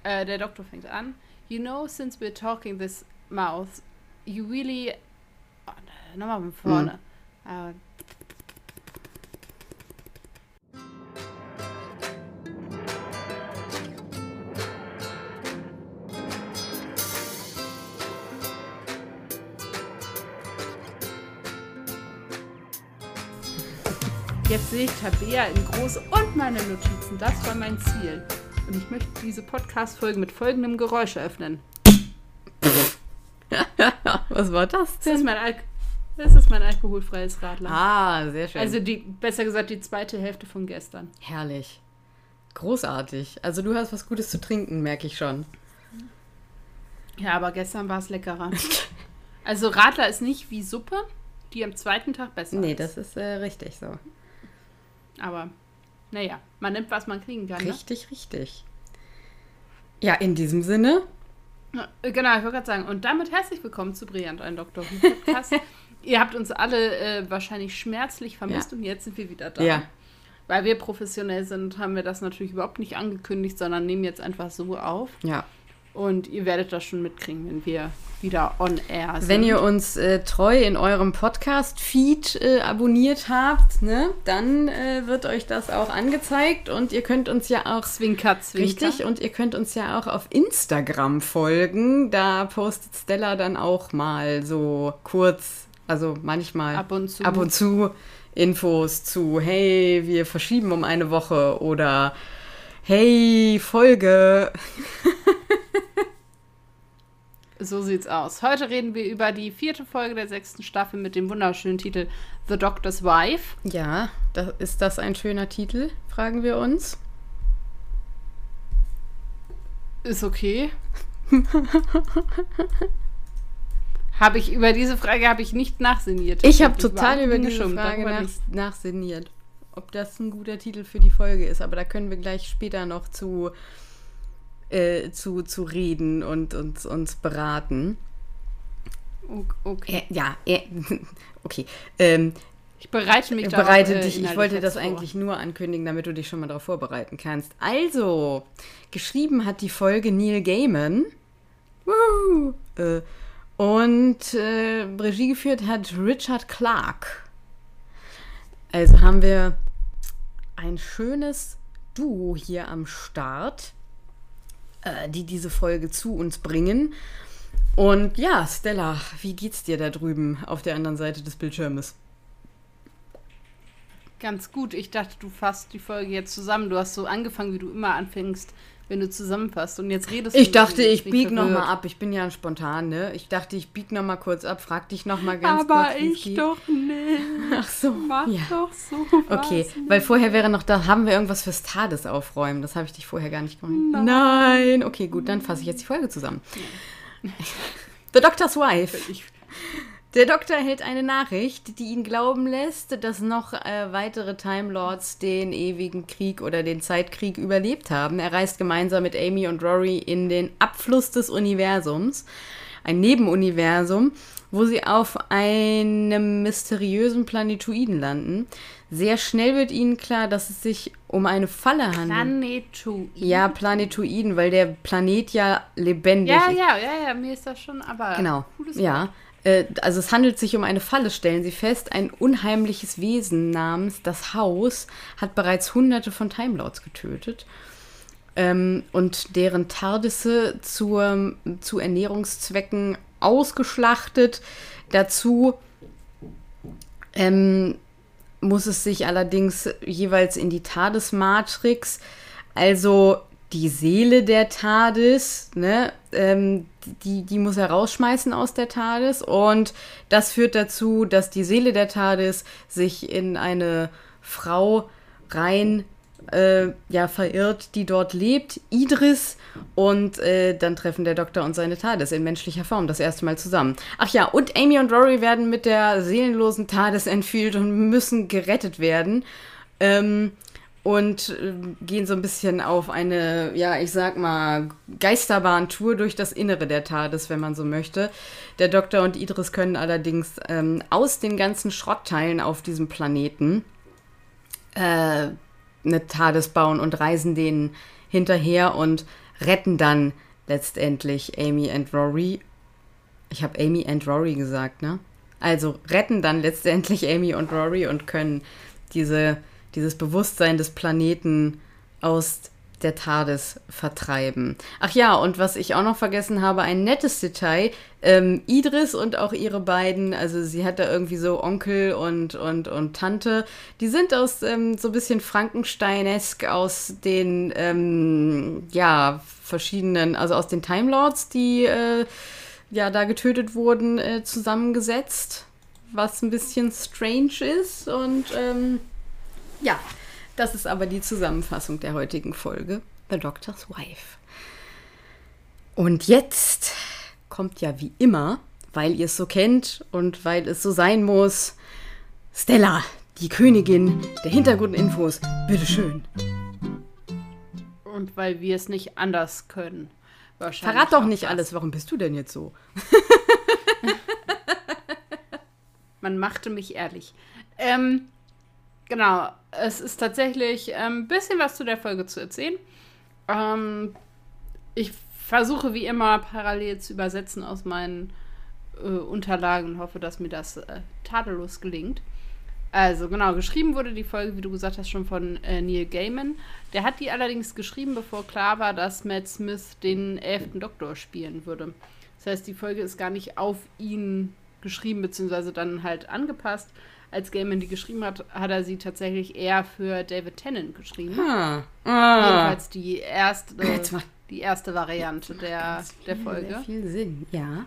Der Doktor fängt an. You know, since we're talking this mouth, you really... Oh, nochmal von vorne. Jetzt sehe ich Tabea in groß und meine Notizen. Das war mein Ziel. Und ich möchte diese Podcast-Folge mit folgendem Geräusch eröffnen. Was war das denn? Das ist mein alkoholfreies Radler. Ah, sehr schön. Also besser gesagt die zweite Hälfte von gestern. Herrlich. Großartig. Also du hast was Gutes zu trinken, merke ich schon. Ja, aber gestern war es leckerer. Also Radler ist nicht wie Suppe, die am zweiten Tag besser ist. Nee, das ist richtig so. Aber, naja, man nimmt, was man kriegen kann. Richtig, richtig. Ja, in diesem Sinne. Ja, genau, ich wollte gerade sagen. Und damit herzlich willkommen zu Brillant, ein Dr. Who Podcast. Ihr habt uns alle wahrscheinlich schmerzlich vermisst und jetzt sind wir wieder da. Ja. Weil wir professionell sind, haben wir das natürlich überhaupt nicht angekündigt, sondern nehmen jetzt einfach so auf. Ja. Und ihr werdet das schon mitkriegen, wenn wir wieder on air sind. Wenn ihr uns treu in eurem Podcast-Feed abonniert habt, ne, dann wird euch das auch angezeigt und ihr könnt uns ja auch... Zwinker, zwinker. Richtig, und ihr könnt uns ja auch auf Instagram folgen. Da postet Stella dann auch mal so kurz, also manchmal ab und zu Infos zu, hey, wir verschieben um eine Woche oder hey, Folge... So sieht's aus. Heute reden wir über die 4. Folge der 6. Staffel mit dem wunderschönen Titel The Doctor's Wife. Ja, ist das ein schöner Titel, fragen wir uns. Ist okay. Über diese Frage habe ich nicht nachsinniert. Ich habe total über diese Frage nachsinniert, ob das ein guter Titel für die Folge ist. Aber da können wir gleich später noch zu reden und uns beraten. Okay. Okay. Ich bereite mich darauf Ich wollte das eigentlich nur ankündigen, damit du dich schon mal darauf vorbereiten kannst. Also, geschrieben hat die Folge Neil Gaiman. Und Regie geführt hat Richard Clarke. Also haben wir ein schönes Duo hier am Start, die diese Folge zu uns bringen. Und ja, Stella, wie geht's dir da drüben auf der anderen Seite des Bildschirmes? Ganz gut. Ich dachte, du fasst die Folge jetzt zusammen. Du hast so angefangen, wie du immer anfängst, wenn du zusammenfasst. Und jetzt redest du. Ich dachte, ich biege nochmal ab. Ich bin ja spontan, ne? Ich dachte, ich biege nochmal kurz ab. Frag dich nochmal ganz kurz, aber ich doch nicht. Ach so. Mach doch so. Okay, weil vorher wäre noch, da haben wir irgendwas fürs TARDIS aufräumen. Das habe ich dich vorher gar nicht gemacht. Nein. Okay, gut, dann fasse ich jetzt die Folge zusammen. The Doctor's Wife. Der Doktor erhält eine Nachricht, die ihn glauben lässt, dass noch weitere Time Lords den ewigen Krieg oder den Zeitkrieg überlebt haben. Er reist gemeinsam mit Amy und Rory in den Abfluss des Universums, ein Nebenuniversum, wo sie auf einem mysteriösen Planetoiden landen. Sehr schnell wird ihnen klar, dass es sich um eine Falle handelt. Planetoiden? Ja, Planetoiden, weil der Planet ja lebendig ist. Ja, mir ist das schon, aber... Genau, cooles ja. Wort. Also es handelt sich um eine Falle, stellen sie fest. Ein unheimliches Wesen namens das Haus hat bereits Hunderte von Time Lords getötet und deren TARDISe zu Ernährungszwecken ausgeschlachtet. Dazu muss es sich allerdings jeweils in die TARDIS-Matrix, also die Seele der TARDIS, ne, die muss er rausschmeißen aus der TARDIS und das führt dazu, dass die Seele der TARDIS sich in eine Frau rein verirrt, die dort lebt, Idris, und dann treffen der Doktor und seine TARDIS in menschlicher Form das erste Mal zusammen. Ach ja, und Amy und Rory werden mit der seelenlosen TARDIS entführt und müssen gerettet werden. Und gehen so ein bisschen auf eine, ja, ich sag mal, Geisterbahn-Tour durch das Innere der TARDIS, wenn man so möchte. Der Doktor und Idris können allerdings aus den ganzen Schrottteilen auf diesem Planeten eine TARDIS bauen und reisen denen hinterher und retten dann letztendlich Amy und Rory. Ich habe Amy und Rory gesagt, ne? Also retten dann letztendlich Amy und Rory und können dieses Bewusstsein des Planeten aus der TARDIS vertreiben. Ach ja, und was ich auch noch vergessen habe, ein nettes Detail, Idris und auch ihre beiden, also sie hat da irgendwie so Onkel und Tante, die sind aus so ein bisschen Frankenstein-esk aus den, verschiedenen, also aus den Time Lords, die da getötet wurden, zusammengesetzt, was ein bisschen strange ist und das ist aber die Zusammenfassung der heutigen Folge, The Doctor's Wife. Und jetzt kommt ja wie immer, weil ihr es so kennt und weil es so sein muss, Stella, die Königin der Hintergrundinfos. Bitteschön. Und weil wir es nicht anders können. Verrat doch nicht alles. Warum bist du denn jetzt so? Man machte mich ehrlich. Genau, es ist tatsächlich ein bisschen was zu der Folge zu erzählen. Ich versuche wie immer parallel zu übersetzen aus meinen Unterlagen und hoffe, dass mir das tadellos gelingt. Also genau, geschrieben wurde die Folge, wie du gesagt hast, schon von Neil Gaiman. Der hat die allerdings geschrieben, bevor klar war, dass Matt Smith den 11. Doktor spielen würde. Das heißt, die Folge ist gar nicht auf ihn geschrieben, beziehungsweise dann halt angepasst. Als Gaiman die geschrieben hat, hat er sie tatsächlich eher für David Tennant geschrieben. Jedenfalls die erste Variante der Folge. Sehr viel Sinn, ja.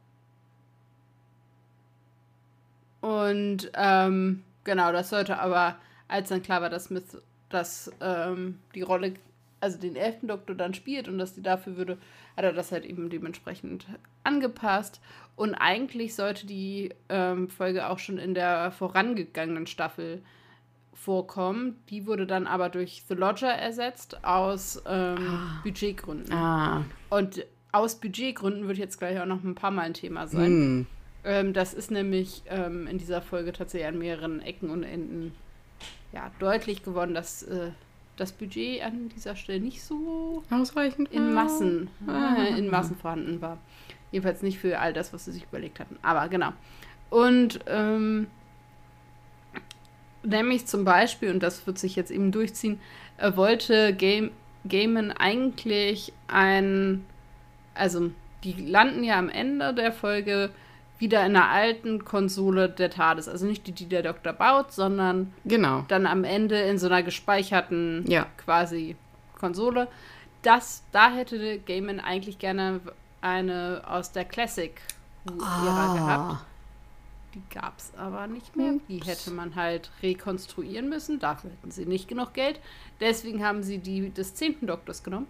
Und genau, das sollte aber, als dann klar war, dass Smith die Rolle, also den 11. Doktor dann spielt und dass die dafür würde, hat er das halt eben dementsprechend angepasst. Und eigentlich sollte die Folge auch schon in der vorangegangenen Staffel vorkommen. Die wurde dann aber durch The Lodger ersetzt aus Budgetgründen. Und aus Budgetgründen wird jetzt gleich auch noch ein paar Mal ein Thema sein. Das ist nämlich in dieser Folge tatsächlich an mehreren Ecken und Enden deutlich geworden, dass das Budget an dieser Stelle nicht so ausreichend in Massen vorhanden war. Jedenfalls nicht für all das, was sie sich überlegt hatten. Aber genau. Und nämlich zum Beispiel, und das wird sich jetzt eben durchziehen, wollte Gaiman eigentlich also die landen ja am Ende der Folge wieder in einer alten Konsole der TARDIS. Also nicht die der Doktor baut, sondern dann am Ende in so einer gespeicherten quasi Konsole. Da hätte Gaiman eigentlich gerne eine aus der Classic-Ära gehabt. Die gab es aber nicht mehr. Die hätte man halt rekonstruieren müssen. Dafür hätten sie nicht genug Geld. Deswegen haben sie die des 10. Doktors genommen.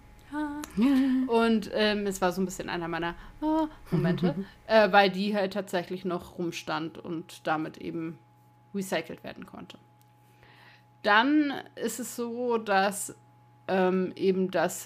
Und es war so ein bisschen einer meiner Momente, weil die halt tatsächlich noch rumstand und damit eben recycelt werden konnte. Dann ist es so, dass eben das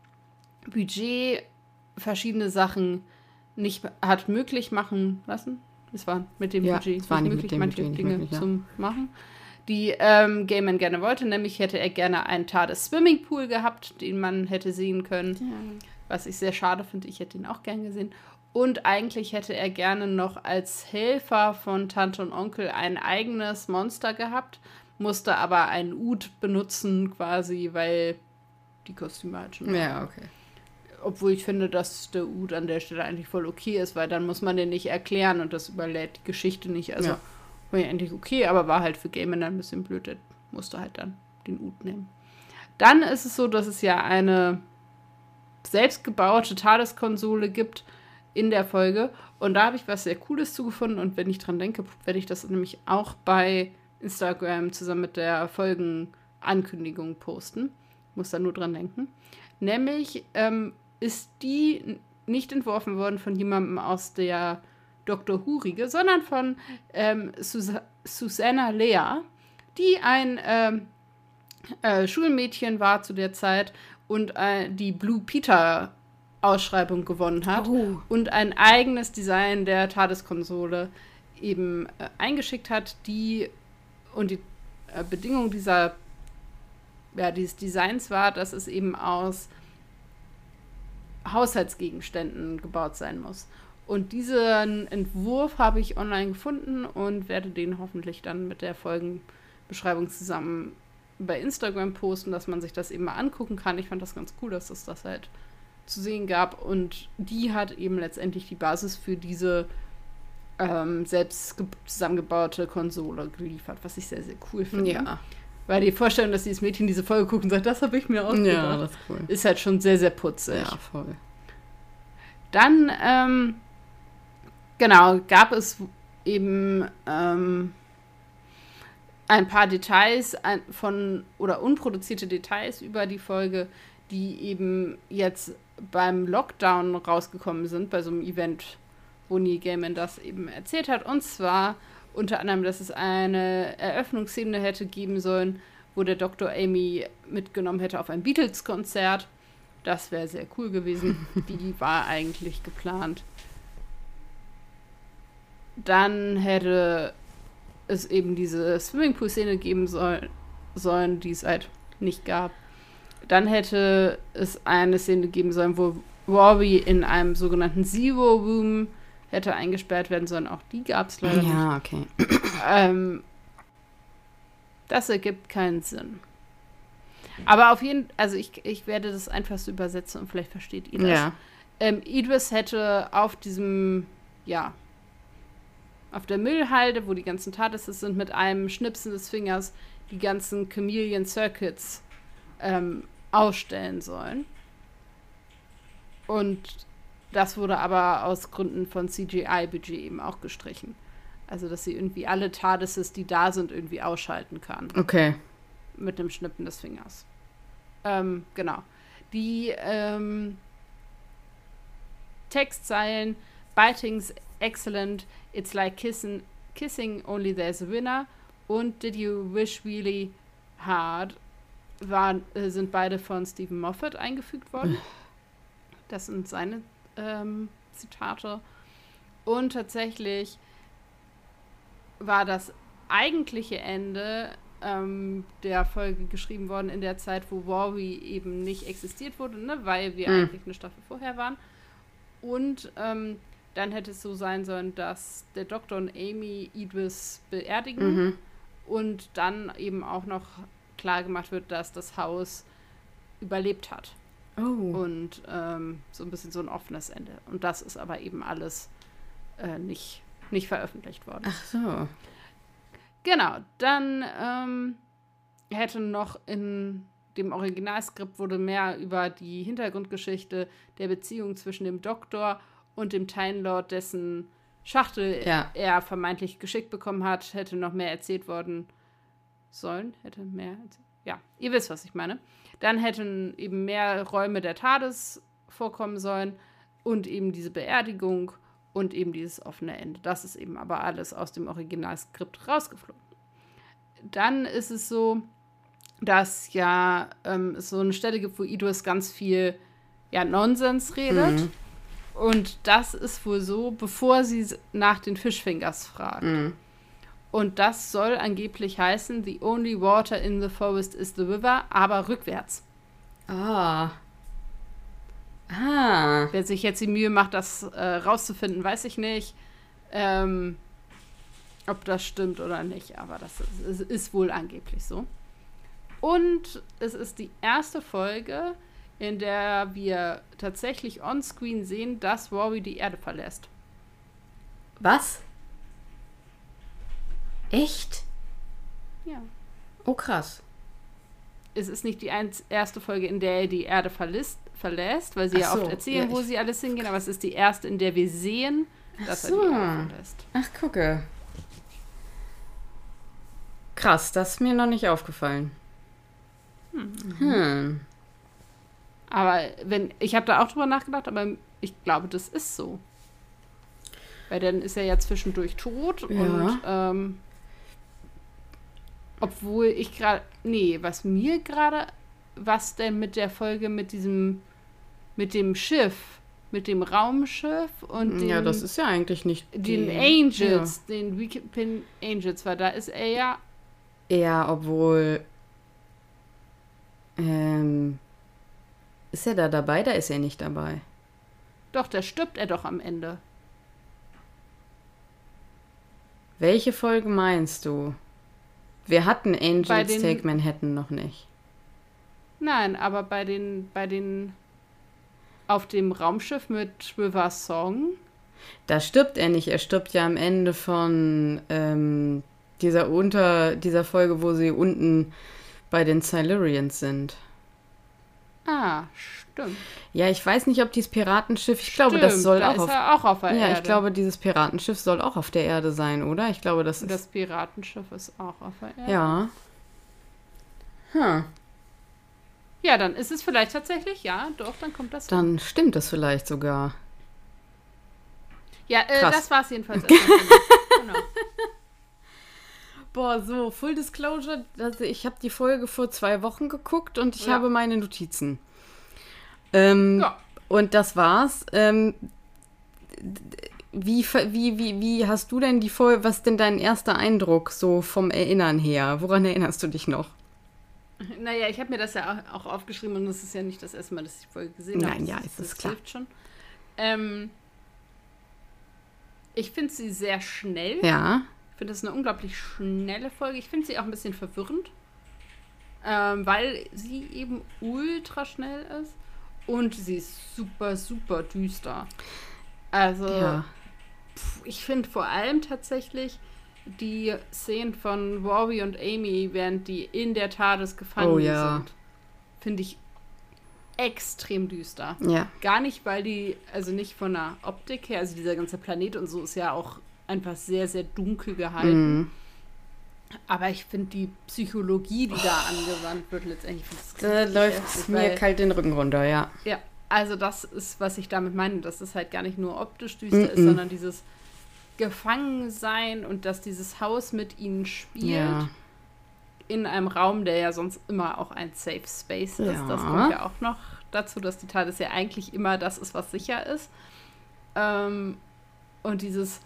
Budget verschiedene Sachen nicht hat möglich machen lassen. Es war mit dem Budget nicht möglich, manche Dinge zu machen, die Gaiman gerne wollte. Nämlich hätte er gerne einen TARDIS Swimmingpool gehabt, den man hätte sehen können. Ja. Was ich sehr schade finde. Ich hätte ihn auch gern gesehen. Und eigentlich hätte er gerne noch als Helfer von Tante und Onkel ein eigenes Monster gehabt, musste aber einen Ud benutzen quasi, weil die Kostüme halt schon ja, okay. Obwohl ich finde, dass der Ud an der Stelle eigentlich voll okay ist, weil dann muss man den nicht erklären und das überlädt die Geschichte nicht. Also war ja endlich okay, aber war halt für Gaiman dann ein bisschen blöd. Der musste halt dann den Ud nehmen. Dann ist es so, dass es ja eine selbstgebaute TARDIS-Konsole gibt in der Folge. Und da habe ich was sehr Cooles zugefunden. Und wenn ich dran denke, werde ich das nämlich auch bei Instagram zusammen mit der Folgenankündigung posten. Muss da nur dran denken. Nämlich ist die nicht entworfen worden von jemandem aus der Doctor Who-Riege, sondern von Susanna Lea, die ein Schulmädchen war zu der Zeit und die Blue Peter Ausschreibung gewonnen hat und ein eigenes Design der TARDIS-Konsole eben eingeschickt hat. Die Bedingung dieses Designs war, dass es eben aus Haushaltsgegenständen gebaut sein muss. Und diesen Entwurf habe ich online gefunden und werde den hoffentlich dann mit der Folgenbeschreibung zusammen bei Instagram posten, dass man sich das eben mal angucken kann. Ich fand das ganz cool, dass es das halt zu sehen gab. Und die hat eben letztendlich die Basis für diese selbst zusammengebaute Konsole geliefert, was ich sehr, sehr cool finde. Ja. Weil die Vorstellung, dass dieses Mädchen diese Folge guckt und sagt, das habe ich mir ausgedacht, Ja, das ist cool. Ist halt schon sehr, sehr putzig. Ja, voll. Dann, genau, gab es eben ein paar Details oder unproduzierte Details über die Folge, die eben jetzt beim Lockdown rausgekommen sind, bei so einem Event, wo Neil Gaiman das eben erzählt hat. Und zwar unter anderem, dass es eine Eröffnungsszene hätte geben sollen, wo der Doktor Amy mitgenommen hätte auf ein Beatles-Konzert. Das wäre sehr cool gewesen. Die war eigentlich geplant. Dann hätte es eben diese Swimmingpool-Szene geben sollen, die es halt nicht gab. Dann hätte es eine Szene geben sollen, wo Rory in einem sogenannten Zero Room hätte eingesperrt werden sollen. Auch die gab es leider nicht. Ja, okay. Das ergibt keinen Sinn. Aber auf jeden Fall, also ich werde das einfach so übersetzen und vielleicht versteht ihr das. Ja. Idris hätte auf diesem, ja, auf der Müllhalde, wo die ganzen TARDISes sind, mit einem Schnipsen des Fingers die ganzen Chameleon Circuits ausstellen sollen. Und das wurde aber aus Gründen von CGI-Budget eben auch gestrichen. Also, dass sie irgendwie alle TARDISes, die da sind, irgendwie ausschalten kann. Okay. Mit dem Schnippen des Fingers. Genau. Die Textzeilen: Biting's excellent, it's like kissing only there's a winner und Did you wish really hard sind beide von Stephen Moffat eingefügt worden. Das sind seine Zitate. Und tatsächlich war das eigentliche Ende der Folge geschrieben worden in der Zeit, wo Rory eben nicht existiert wurde, ne, weil wir eigentlich eine Staffel vorher waren. Und dann hätte es so sein sollen, dass der Doktor und Amy Idris beerdigen und dann eben auch noch klar gemacht wird, dass das Haus überlebt hat. Oh. Und so ein bisschen so ein offenes Ende. Und das ist aber eben alles nicht veröffentlicht worden. Ach so. Genau, dann hätte noch in dem Originalskript wurde mehr über die Hintergrundgeschichte der Beziehung zwischen dem Doktor und dem Time Lord, dessen Schachtel er vermeintlich geschickt bekommen hat, hätte noch mehr erzählt worden sollen. Ja, ihr wisst, was ich meine. Dann hätten eben mehr Räume der TARDIS vorkommen sollen und eben diese Beerdigung und eben dieses offene Ende. Das ist eben aber alles aus dem Originalskript rausgeflogen. Dann ist es so, dass es so eine Stelle gibt, wo Idris ganz viel Nonsens redet. Und das ist wohl so, bevor sie nach den Fishfingers fragt. Und das soll angeblich heißen, the only water in the forest is the river, aber rückwärts. Wer sich jetzt die Mühe macht, das rauszufinden, weiß ich nicht, ob das stimmt oder nicht. Aber das ist wohl angeblich so. Und es ist die erste Folge, in der wir tatsächlich on-screen sehen, dass Rory die Erde verlässt. Was? Echt? Ja. Oh, krass. Es ist nicht die erste Folge, in der er die Erde verlässt, weil sie oft erzählen, wo sie alles hingehen, aber es ist die erste, in der wir sehen, dass er die Erde verlässt. Ach, gucke. Krass, das ist mir noch nicht aufgefallen. Aber ich habe da auch drüber nachgedacht, aber ich glaube, das ist so. Weil dann ist er ja zwischendurch tot und obwohl ich gerade, was denn mit der Folge mit dem Schiff, mit dem Raumschiff und ja, das ist ja eigentlich nicht den Angels, den Weekend Angels, weil da ist er ja. Ja, obwohl ist er da dabei? Da ist er nicht dabei. Doch, der stirbt er doch am Ende. Welche Folge meinst du? Wir hatten Angels Take Manhattan noch nicht. Nein, aber bei den auf dem Raumschiff mit River Song. Da stirbt er nicht. Er stirbt ja am Ende von dieser Folge, wo sie unten bei den Silurians sind. Ah, stimmt. Ja, ich weiß nicht, ob dieses Piratenschiff, ich glaube, das soll auch auf der Erde. Ja, ich glaube, dieses Piratenschiff soll auch auf der Erde sein, oder? Ich glaube, das Piratenschiff ist auch auf der Erde. Ja. Ja, dann ist es vielleicht tatsächlich, ja, doch, dann kommt das. Dann stimmt das vielleicht sogar. Ja, das war es jedenfalls. Genau. Boah, so, Full Disclosure, also ich habe die Folge vor 2 Wochen geguckt und ich habe meine Notizen. Und das war's. Wie hast du denn die Folge, was ist denn dein erster Eindruck so vom Erinnern her? Woran erinnerst du dich noch? Naja, ich habe mir das ja auch aufgeschrieben und es ist ja nicht das erste Mal, dass ich die Folge gesehen habe. Nein, ja, ist das klar. Hilft schon. Ich finde sie sehr schnell. Ja. Ich finde das eine unglaublich schnelle Folge. Ich finde sie auch ein bisschen verwirrend, weil sie eben ultra schnell ist und sie ist super, super düster. Also, ich finde vor allem tatsächlich die Szenen von Rory und Amy, während die in der TARDIS gefangen sind, finde ich extrem düster. Ja. Gar nicht, weil die, also nicht von der Optik her, also dieser ganze Planet und so ist ja auch einfach sehr, sehr dunkel gehalten. Aber ich finde die Psychologie, die da angewandt wird, letztendlich. Da läuft mir kalt den Rücken runter, ja. Ja, also das ist, was ich damit meine, dass es halt gar nicht nur optisch düster ist, sondern dieses Gefangensein und dass dieses Haus mit ihnen spielt in einem Raum, der ja sonst immer auch ein Safe Space ist. Ja. Das kommt ja auch noch dazu, dass die TARDIS ja eigentlich immer das ist, was sicher ist. Und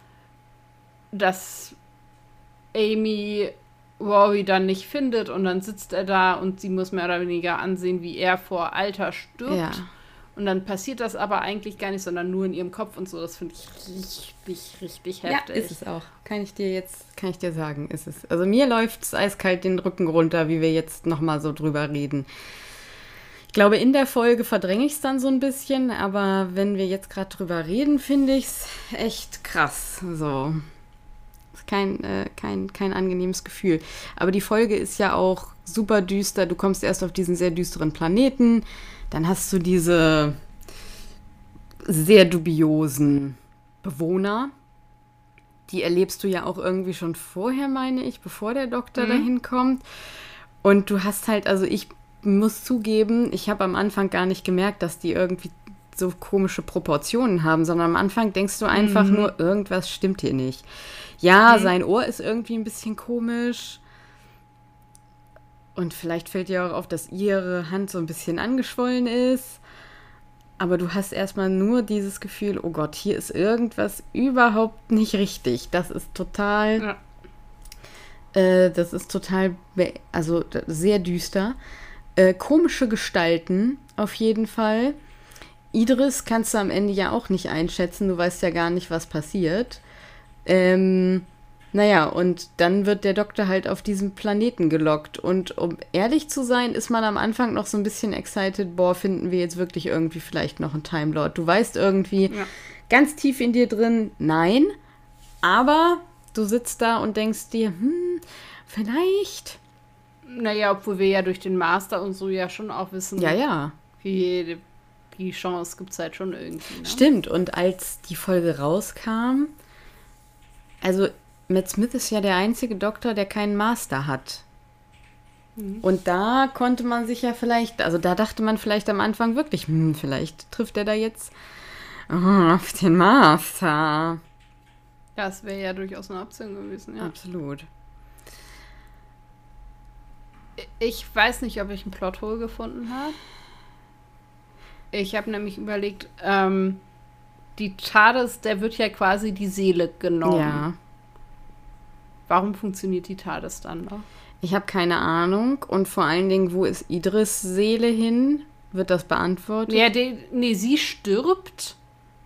dass Amy Rory dann nicht findet und dann sitzt er da und sie muss mehr oder weniger ansehen, wie er vor Alter stirbt. Ja. Und dann passiert das aber eigentlich gar nicht, sondern nur in ihrem Kopf und so. Das finde ich richtig, richtig heftig. Ja, ist es auch. Kann ich dir sagen, ist es. Also mir läuft es eiskalt den Rücken runter, wie wir jetzt nochmal so drüber reden. Ich glaube, in der Folge verdränge ich es dann so ein bisschen, aber wenn wir jetzt gerade drüber reden, finde ich es echt krass. So. Ist kein angenehmes Gefühl. Aber die Folge ist ja auch super düster. Du kommst erst auf diesen sehr düsteren Planeten. Dann hast du diese sehr dubiosen Bewohner. Die erlebst du ja auch irgendwie schon vorher, meine ich, bevor der Doktor dahin kommt. Und du hast halt, also ich muss zugeben, ich habe am Anfang gar nicht gemerkt, dass die irgendwie so komische Proportionen haben, sondern am Anfang denkst du einfach nur, irgendwas stimmt hier nicht. Ja, sein Ohr ist irgendwie ein bisschen komisch. Und vielleicht fällt dir auch auf, dass ihre Hand so ein bisschen angeschwollen ist. Aber du hast erstmal nur dieses Gefühl, oh Gott, hier ist irgendwas überhaupt nicht richtig. Das ist total, also sehr düster. Komische Gestalten auf jeden Fall. Idris kannst du am Ende ja auch nicht einschätzen. Du weißt ja gar nicht, was passiert. Naja, und dann wird der Doktor halt auf diesen Planeten gelockt. Und um ehrlich zu sein, ist man am Anfang noch so ein bisschen excited, finden wir jetzt wirklich irgendwie vielleicht noch einen Time Lord. Du weißt irgendwie ganz tief in dir drin, nein, aber du sitzt da und denkst dir, vielleicht. Naja, obwohl wir ja durch den Master und so ja schon auch wissen, die Chance gibt es halt schon irgendwie. Ne? Stimmt, und als die Folge rauskam, also Matt Smith ist ja der einzige Doktor, der keinen Master hat. Und da konnte man sich ja vielleicht, also da dachte man vielleicht am Anfang wirklich, vielleicht trifft er da jetzt auf den Master. Das wäre ja durchaus eine Option gewesen, ja. Absolut. Ich weiß nicht, ob ich einen Plothole gefunden habe. Ich habe nämlich überlegt, die TARDIS, der wird ja quasi die Seele genommen. Ja. Warum funktioniert die TARDIS dann noch? Ich habe keine Ahnung. Und vor allen Dingen, wo ist Idris' Seele hin? Wird das beantwortet? Ja, sie stirbt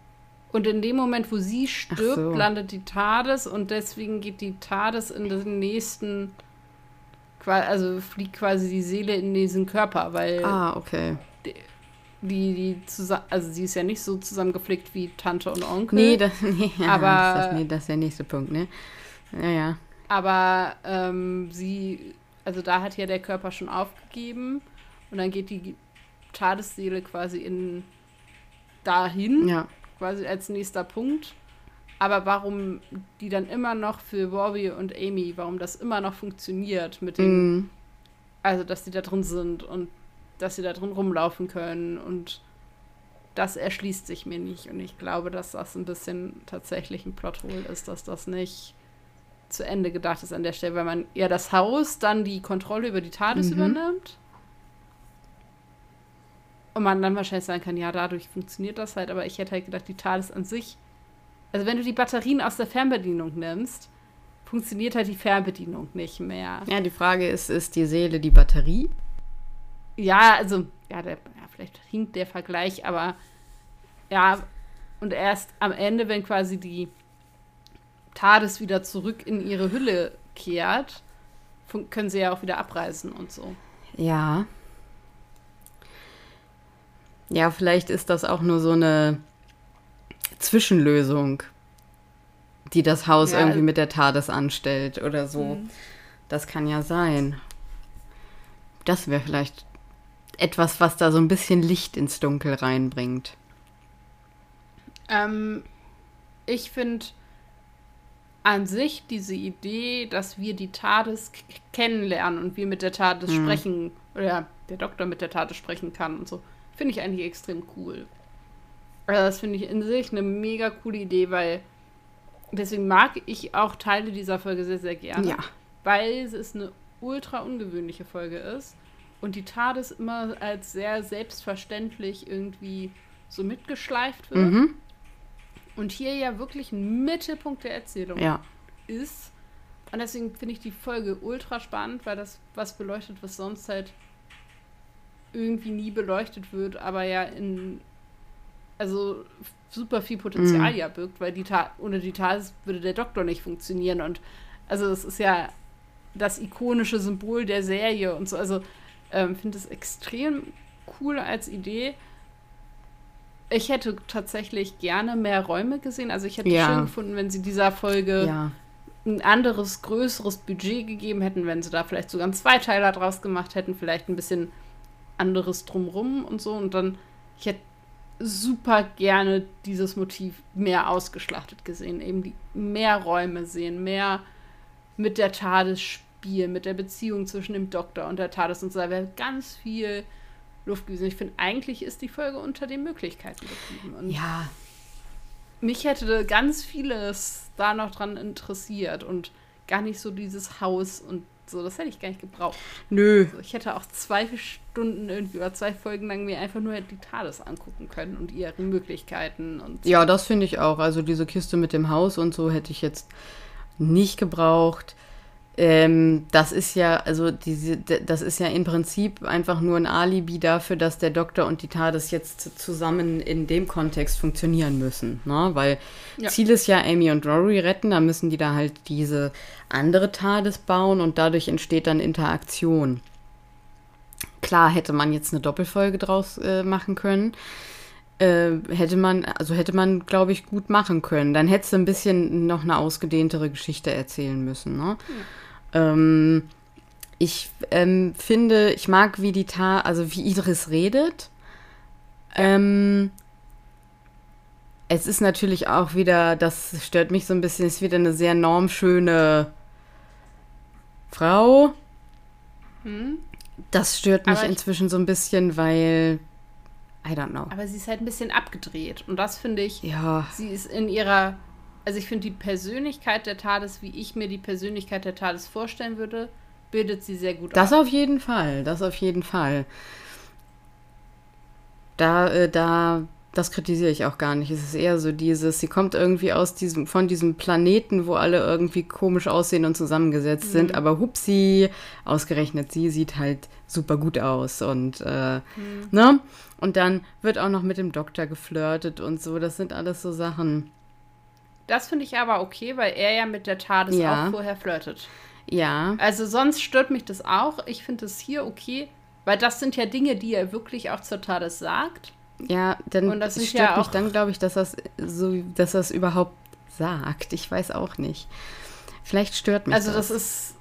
Und in dem Moment, wo sie stirbt, landet die TARDIS und deswegen geht die TARDIS in den nächsten, also fliegt quasi die Seele in diesen Körper, weil okay. Also sie ist ja nicht so zusammengeflickt wie Tante und Onkel. Nee, das ist der nächste Punkt, ne? Ja. Aber also da hat ja der Körper schon aufgegeben und dann geht die TARDIS-Seele quasi dahin, quasi als nächster Punkt. Aber warum die dann immer noch für Rory und Amy, warum das immer noch funktioniert mit den, also dass die da drin sind und dass sie da drin rumlaufen können und das erschließt sich mir nicht. Und ich glaube, dass das ein bisschen tatsächlich ein Plothole ist, dass das nicht zu Ende gedacht ist an der Stelle, weil man ja das Haus dann die Kontrolle über die TARDIS übernimmt. Und man dann wahrscheinlich sagen kann, ja, dadurch funktioniert das halt, aber ich hätte halt gedacht, die TARDIS an sich, also wenn du die Batterien aus der Fernbedienung nimmst, funktioniert halt die Fernbedienung nicht mehr. Ja, die Frage ist die Seele die Batterie? Ja, also, vielleicht hinkt der Vergleich, aber ja, und erst am Ende, wenn quasi die TARDIS wieder zurück in ihre Hülle kehrt, können sie ja auch wieder abreißen und so. Ja. Ja, vielleicht ist das auch nur so eine Zwischenlösung, die das Haus irgendwie mit der TARDIS anstellt oder so. Das kann ja sein. Das wäre vielleicht etwas, was da so ein bisschen Licht ins Dunkel reinbringt. Ich finde an sich diese Idee, dass wir die TARDIS kennenlernen und wir mit der TARDIS sprechen, oder der Doktor mit der TARDIS sprechen kann und so, finde ich eigentlich extrem cool. Also das finde ich in sich eine mega coole Idee, weil deswegen mag ich auch Teile dieser Folge sehr, sehr gerne. Ja. Weil es eine ultra ungewöhnliche Folge ist und die TARDIS immer als sehr selbstverständlich irgendwie so mitgeschleift wird. Und hier ja wirklich ein Mittelpunkt der Erzählung ist. Und deswegen finde ich die Folge ultra spannend, weil das was beleuchtet, was sonst halt irgendwie nie beleuchtet wird, aber ja also super viel Potenzial ja birgt, weil ohne die TARDIS würde der Doktor nicht funktionieren. Und also es ist ja das ikonische Symbol der Serie und so. Also finde es extrem cool als Idee. Ich hätte tatsächlich gerne mehr Räume gesehen. Also ich hätte es schön gefunden, wenn sie dieser Folge ein anderes, größeres Budget gegeben hätten, wenn sie da vielleicht sogar einen Zweiteiler draus gemacht hätten, vielleicht ein bisschen anderes drumrum und so. Und dann, ich hätte super gerne dieses Motiv mehr ausgeschlachtet gesehen. Eben mehr Räume sehen, mehr mit der TARDIS spielen, mit der Beziehung zwischen dem Doktor und der TARDIS und so. Da wäre ganz viel Luft gewesen. Ich finde, eigentlich ist die Folge unter den Möglichkeiten geblieben. Und mich hätte ganz vieles da noch dran interessiert und gar nicht so dieses Haus und so. Das hätte ich gar nicht gebraucht. Nö. Also ich hätte auch 2 Stunden irgendwie oder 2 Folgen lang mir einfach nur die TARDIS angucken können und ihre Möglichkeiten. Und so. Ja, das finde ich auch. Also diese Kiste mit dem Haus und so hätte ich jetzt nicht gebraucht. Das ist ja, also das ist ja im Prinzip einfach nur ein Alibi dafür, dass der Doktor und die TARDIS jetzt zusammen in dem Kontext funktionieren müssen, ne? Weil Ziel ist ja Amy und Rory retten, da müssen die da halt diese andere TARDIS bauen und dadurch entsteht dann Interaktion. Klar hätte man jetzt eine Doppelfolge draus machen können. Hätte man, glaube ich, gut machen können. Dann hättest du ein bisschen noch eine ausgedehntere Geschichte erzählen müssen, ne? Ich finde, ich mag, wie wie Idris redet. Es ist natürlich auch wieder, das stört mich so ein bisschen, ist wieder eine sehr normschöne Frau. Das stört mich inzwischen so ein bisschen, weil I don't know. Aber sie ist halt ein bisschen abgedreht. Und das finde ich, sie ist in ihrer, also ich finde die Persönlichkeit der TARDIS, wie ich mir die Persönlichkeit der TARDIS vorstellen würde, bildet sie sehr gut Das auf jeden Fall. Das kritisiere ich auch gar nicht. Es ist eher so sie kommt irgendwie von diesem Planeten, wo alle irgendwie komisch aussehen und zusammengesetzt sind, aber hupsi, ausgerechnet sie sieht halt super gut aus und ne? Und dann wird auch noch mit dem Doktor geflirtet und so. Das sind alles so Sachen. Das finde ich aber okay, weil er ja mit der TARDIS auch vorher flirtet. Ja. Also sonst stört mich das auch. Ich finde es hier okay, weil das sind ja Dinge, die er wirklich auch zur TARDIS sagt. Ja, dann und das stört ja mich dann, glaube ich, dass das überhaupt sagt. Ich weiß auch nicht. Vielleicht stört mich das.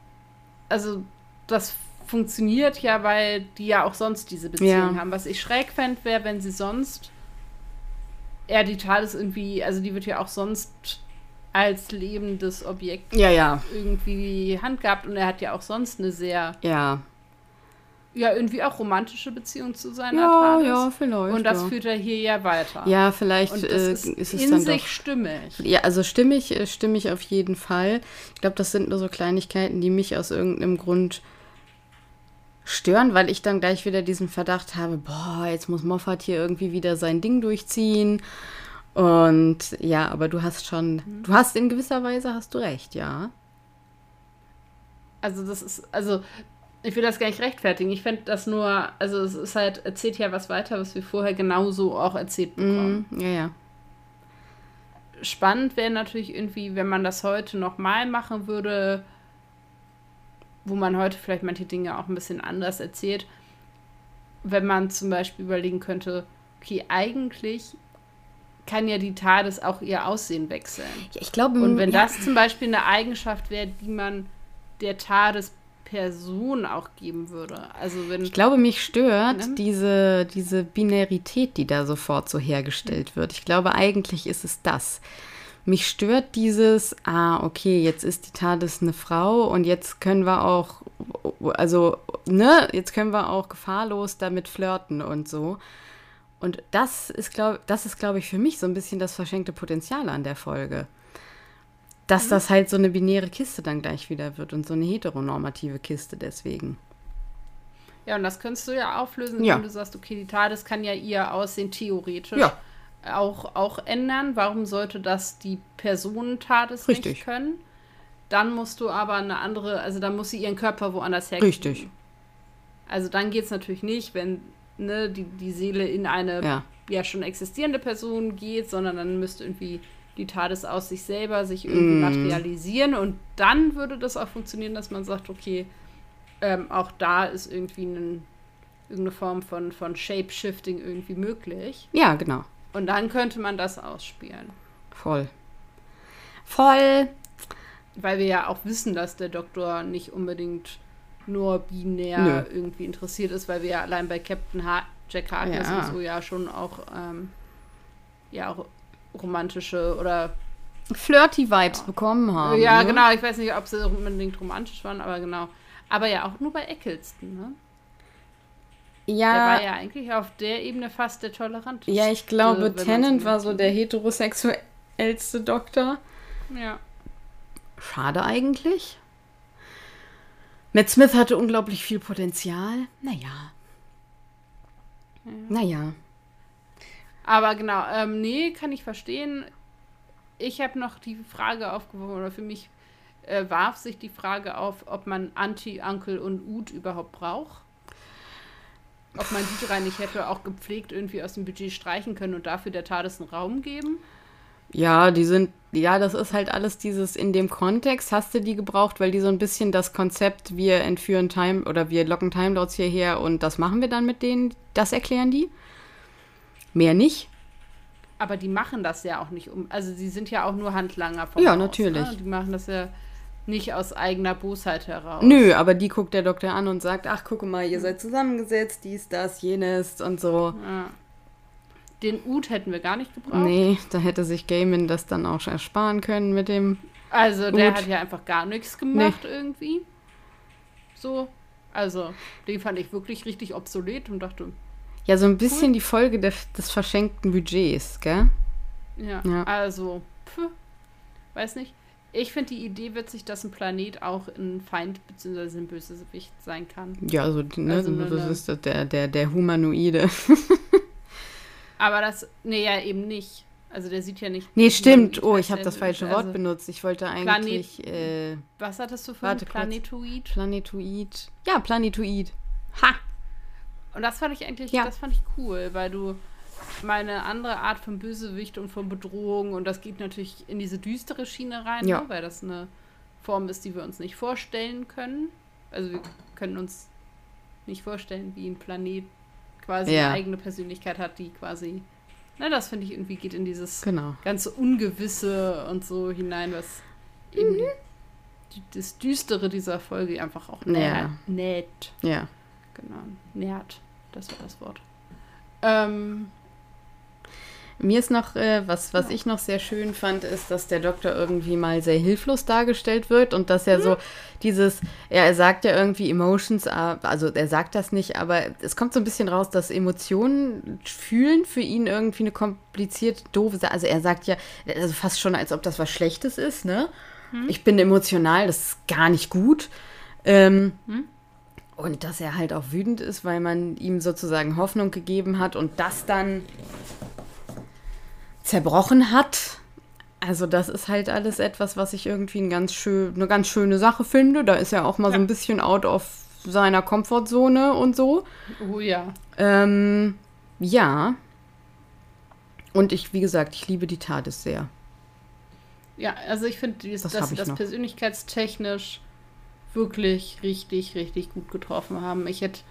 Das funktioniert ja, weil die ja auch sonst diese Beziehung haben. Was ich schräg fände, wäre, wenn sie sonst die TARDIS irgendwie, also die wird ja auch sonst als lebendes Objekt irgendwie handgehabt und er hat ja auch sonst eine sehr irgendwie auch romantische Beziehung zu seiner TARDIS. Ja, vielleicht. Und das führt er hier ja weiter. Ja, vielleicht und das ist es in dann sich doch stimmig. Ja, also stimmig auf jeden Fall. Ich glaube, das sind nur so Kleinigkeiten, die mich aus irgendeinem Grund stören, weil ich dann gleich wieder diesen Verdacht habe, boah, jetzt muss Moffat hier irgendwie wieder sein Ding durchziehen. Und ja, aber du hast in gewisser Weise hast du recht, ja. Also ich will das gar nicht rechtfertigen. Ich fände das nur, also es ist halt, erzählt ja was weiter, was wir vorher genauso auch erzählt bekommen. Ja. Spannend wäre natürlich irgendwie, wenn man das heute nochmal machen würde, wo man heute vielleicht manche Dinge auch ein bisschen anders erzählt, wenn man zum Beispiel überlegen könnte, okay, eigentlich kann ja die TARDIS auch ihr Aussehen wechseln. Ja, ich glaube, und wenn das zum Beispiel eine Eigenschaft wäre, die man der TARDIS Person auch geben würde. Also wenn, ich glaube, mich stört diese Binarität, die da sofort so hergestellt wird. Ich glaube, eigentlich ist es das. Mich stört dieses, okay, jetzt ist die TARDIS eine Frau und jetzt können wir auch, jetzt können wir auch gefahrlos damit flirten und so. Und das ist, glaube ich, für mich so ein bisschen das verschenkte Potenzial an der Folge. Dass das halt so eine binäre Kiste dann gleich wieder wird und so eine heteronormative Kiste deswegen. Ja, und das könntest du ja auflösen, wenn du sagst, okay, die TARDIS kann ja ihr Aussehen theoretisch auch ändern. Warum sollte das die Person TARDIS nicht können? Dann musst du aber eine andere, also dann muss sie ihren Körper woanders herkriegen. Richtig. Also dann geht es natürlich nicht, wenn die Seele in eine schon existierende Person geht, sondern dann müsste irgendwie die TARDIS aus sich selber sich irgendwie materialisieren und dann würde das auch funktionieren, dass man sagt, okay, auch da ist irgendwie irgendeine Form von Shape-Shifting irgendwie möglich. Ja, genau. Und dann könnte man das ausspielen. Voll. Weil wir ja auch wissen, dass der Doktor nicht unbedingt nur binär irgendwie interessiert ist, weil wir ja allein bei Captain Jack Harkness und so ja schon auch auch romantische oder flirty Vibes bekommen haben. Ja, genau. Ich weiß nicht, ob sie unbedingt romantisch waren, aber genau. Aber ja auch nur bei Eccleston, ne? Ja. Der war ja eigentlich auf der Ebene fast der toleranteste. Ja, ich glaube, Tennant war so der heterosexuellste Doktor. Ja. Schade eigentlich. Matt Smith hatte unglaublich viel Potenzial. Naja. Aber genau, kann ich verstehen. Ich habe noch die Frage aufgeworfen, oder für mich warf sich die Frage auf, ob man Auntie, Uncle und Ud überhaupt braucht. Ob man die drei nicht hätte auch gepflegt irgendwie aus dem Budget streichen können und dafür der TARDIS einen Raum geben. Ja, das ist halt alles dieses, in dem Kontext hast du die gebraucht, weil die so ein bisschen das Konzept, wir locken Time Lords hierher und das machen wir dann mit denen, das erklären die. Mehr nicht. Aber die machen das ja auch nicht also sie sind ja auch nur Handlanger vom Ja, Haus, natürlich. Ne? Die machen das ja nicht aus eigener Bosheit heraus. Nö, aber die guckt der Doktor an und sagt, ach, guck mal, ihr seid zusammengesetzt, dies, das, jenes und so. Ja. Den Ud hätten wir gar nicht gebraucht. Nee, da hätte sich Gaiman das dann auch ersparen können mit dem Also der hat ja einfach gar nichts gemacht irgendwie. So, also den fand ich wirklich richtig obsolet und dachte... Ja, so ein bisschen die Folge des verschenkten Budgets, gell? Ja. Also, weiß nicht. Ich finde die Idee witzig, dass ein Planet auch ein Feind bzw. ein Bösewicht sein kann. Ja, also das ist der Humanoide. Aber ja eben nicht. Also der sieht ja nicht... Nee, stimmt. Oh, ich habe das falsche Wort benutzt. Ich wollte eigentlich... was hattest du für ein Planetoid? Planetoid. Ja, Planetoid. Ha! Und das fand ich eigentlich, das fand ich cool, weil du meine andere Art von Bösewicht und von Bedrohung, und das geht natürlich in diese düstere Schiene rein, ne, weil das eine Form ist, die wir uns nicht vorstellen können. Also wir können uns nicht vorstellen, wie ein Planet quasi eine eigene Persönlichkeit hat, die quasi, das finde ich irgendwie geht in dieses ganze Ungewisse und so hinein, was eben das Düstere dieser Folge einfach auch näht. Ja. Genau, nährt. Das war das Wort. Mir ist noch, was ich noch sehr schön fand, ist, dass der Doktor irgendwie mal sehr hilflos dargestellt wird und dass er so dieses, er sagt ja irgendwie Emotions, also er sagt das nicht, aber es kommt so ein bisschen raus, dass Emotionen fühlen für ihn irgendwie eine kompliziert doofe Sache. Also er sagt ja, also fast schon, als ob das was Schlechtes ist, ne? Ich bin emotional, das ist gar nicht gut. Und dass er halt auch wütend ist, weil man ihm sozusagen Hoffnung gegeben hat und das dann zerbrochen hat. Also das ist halt alles etwas, was ich irgendwie eine ganz schöne Sache finde. Da ist er auch mal so ein bisschen out of seiner Komfortzone und so. Oh ja. Ja. Und wie gesagt, ich liebe die TARDIS sehr. Ja, also ich finde, dass sie das persönlichkeitstechnisch wirklich richtig, richtig gut getroffen haben. Ich hätte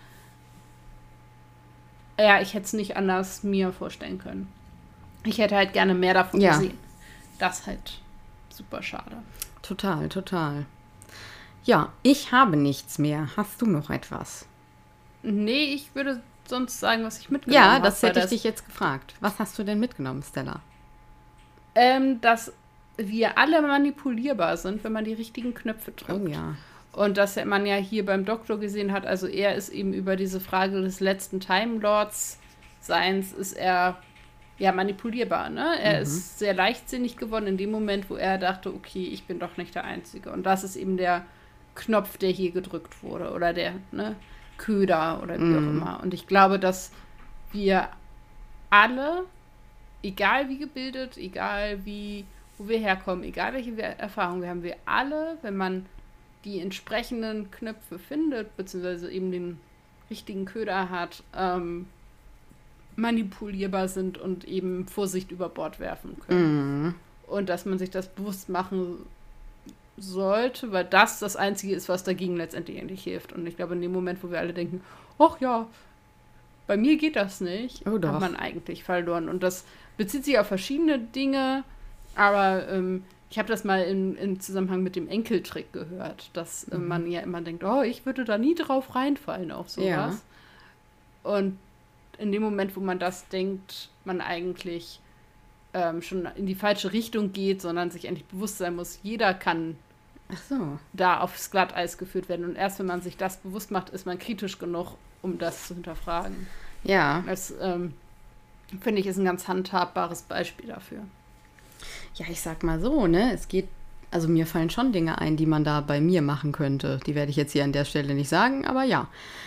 es nicht anders mir vorstellen können. Ich hätte halt gerne mehr davon gesehen. Das ist halt super schade. Total, total. Ja, ich habe nichts mehr. Hast du noch etwas? Nee, ich würde sonst sagen, was ich mitgenommen habe. Ja, das hätte ich dich jetzt gefragt. Was hast du denn mitgenommen, Stella? Dass wir alle manipulierbar sind, wenn man die richtigen Knöpfe drückt. Oh ja. Und dass man ja hier beim Doktor gesehen hat, also er ist eben über diese Frage des letzten Time Lords Seins, ist er manipulierbar, ne? Er ist sehr leichtsinnig geworden in dem Moment, wo er dachte, okay, ich bin doch nicht der Einzige. Und das ist eben der Knopf, der hier gedrückt wurde. Oder der, Köder oder wie auch immer. Und ich glaube, dass wir alle, egal wie gebildet, egal wo wir herkommen, egal welche Erfahrungen wir haben, wir alle, wenn man die entsprechenden Knöpfe findet, beziehungsweise eben den richtigen Köder hat, manipulierbar sind und eben Vorsicht über Bord werfen können. Und dass man sich das bewusst machen sollte, weil das Einzige ist, was dagegen letztendlich hilft. Und ich glaube, in dem Moment, wo wir alle denken, ach ja, bei mir geht das nicht, hat man eigentlich verloren. Und das bezieht sich auf verschiedene Dinge, aber ich habe das mal im Zusammenhang mit dem Enkeltrick gehört, dass man ja immer denkt, ich würde da nie drauf reinfallen auf sowas. Ja. Und in dem Moment, wo man das denkt, man eigentlich schon in die falsche Richtung geht, sondern sich endlich bewusst sein muss, jeder kann da aufs Glatteis geführt werden. Und erst wenn man sich das bewusst macht, ist man kritisch genug, um das zu hinterfragen. Ja. Das, finde ich, ist ein ganz handhabbares Beispiel dafür. Ja, ich sag mal so, ne, also mir fallen schon Dinge ein, die man da bei mir machen könnte. Die werde ich jetzt hier an der Stelle nicht sagen, aber ja.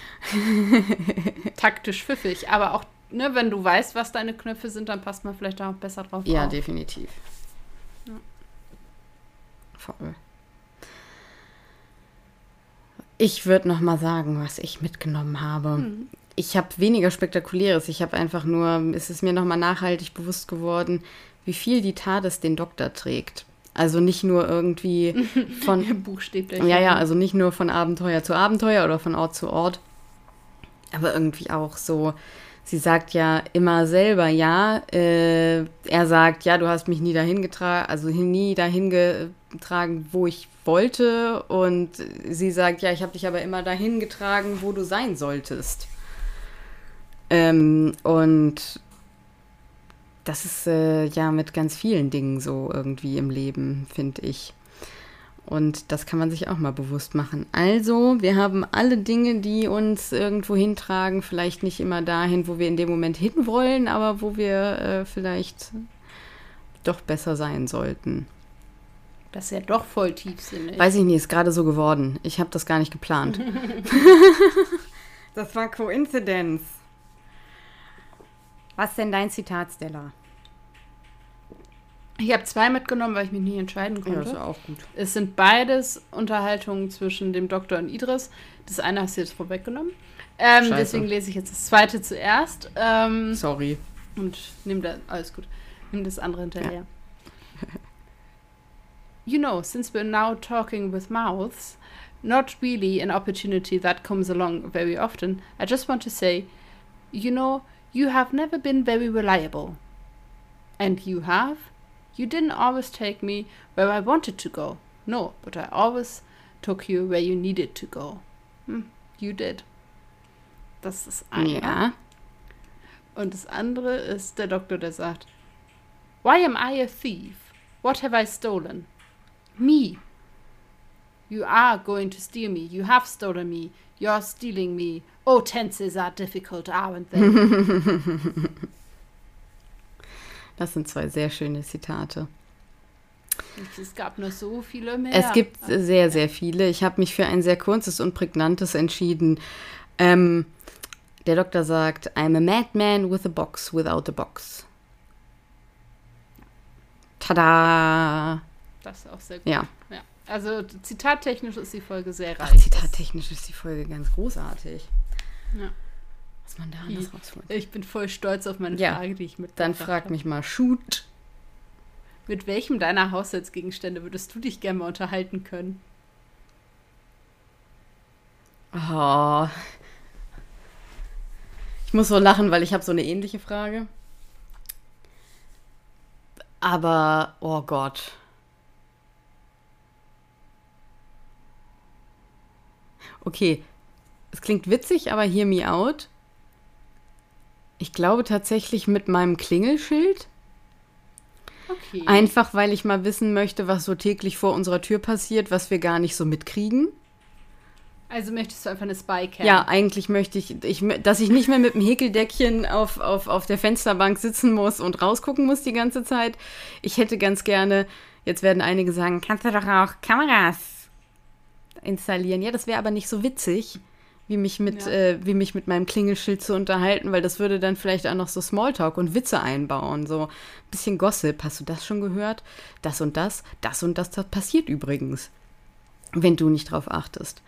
Taktisch pfiffig, aber auch, wenn du weißt, was deine Knöpfe sind, dann passt man vielleicht auch besser drauf auf. Ja, definitiv. Ja. Voll. Ich würde noch mal sagen, was ich mitgenommen habe. Ich habe weniger Spektakuläres. Ich habe einfach nur, es ist mir noch mal nachhaltig bewusst geworden, wie viel die TARDIS den Doktor trägt. Also nicht nur irgendwie von buchstäblich. Ja, also nicht nur von Abenteuer zu Abenteuer oder von Ort zu Ort, aber irgendwie auch so, sie sagt ja immer selber, er sagt, ja, du hast mich nie dahin getragen, wo ich wollte, und sie sagt, ja, ich habe dich aber immer dahin getragen, wo du sein solltest. Und das ist mit ganz vielen Dingen so irgendwie im Leben, finde ich. Und das kann man sich auch mal bewusst machen. Also, wir haben alle Dinge, die uns irgendwo hintragen, vielleicht nicht immer dahin, wo wir in dem Moment hinwollen, aber wo wir vielleicht doch besser sein sollten. Das ist ja doch voll tiefsinnig. Weiß ich nicht, ist gerade so geworden. Ich habe das gar nicht geplant. Das war Coincidence. Was denn dein Zitat, Stella? Ich habe 2 mitgenommen, weil ich mich nicht entscheiden konnte. Ja, das ist auch gut. Es sind beides Unterhaltungen zwischen dem Doktor und Idris. Das eine hast du jetzt vorweggenommen. Deswegen lese ich jetzt das zweite zuerst. Sorry. Und alles gut. Nimm das andere hinterher. Ja. You know, since we're now talking with mouths, not really an opportunity that comes along very often, I just want to say, you know, you have never been very reliable. And you have? You didn't always take me where I wanted to go. No, but I always took you where you needed to go. You did. Das ist eine. Ja. Und das andere ist der Doktor, der sagt, Why am I a thief? What have I stolen? Me. You are going to steal me. You have stolen me. You're stealing me. Oh, tenses are difficult, aren't they? Das sind 2 sehr schöne Zitate. Es gab noch so viele mehr. Es gibt sehr, sehr viele. Ich habe mich für ein sehr kurzes und prägnantes entschieden. Der Doktor sagt, I'm a madman with a box without a box. Tada! Das ist auch sehr gut. Ja. Also zitattechnisch ist die Folge sehr reich. Ach, zitattechnisch ist die Folge ganz großartig. Ja. Was man da alles rausholt. Ich bin voll stolz auf meine Frage, die ich mitgebracht habe. Dann frag mich mal, shoot. Mit welchem deiner Haushaltsgegenstände würdest du dich gerne mal unterhalten können? Oh. Ich muss so lachen, weil ich habe so eine ähnliche Frage. Aber, oh Gott. Okay, es klingt witzig, aber hear me out. Ich glaube tatsächlich mit meinem Klingelschild. Okay. Einfach, weil ich mal wissen möchte, was so täglich vor unserer Tür passiert, was wir gar nicht so mitkriegen. Also möchtest du einfach eine Spycam? Ja, eigentlich möchte ich, dass ich nicht mehr mit dem Häkeldeckchen auf der Fensterbank sitzen muss und rausgucken muss die ganze Zeit. Ich hätte ganz gerne, jetzt werden einige sagen, kannst du doch auch Kameras installieren. Ja, das wäre aber nicht so witzig, wie mich mit meinem Klingelschild zu unterhalten, weil das würde dann vielleicht auch noch so Smalltalk und Witze einbauen. So ein bisschen Gossip. Hast du das schon gehört? Das und das das passiert übrigens, wenn du nicht drauf achtest.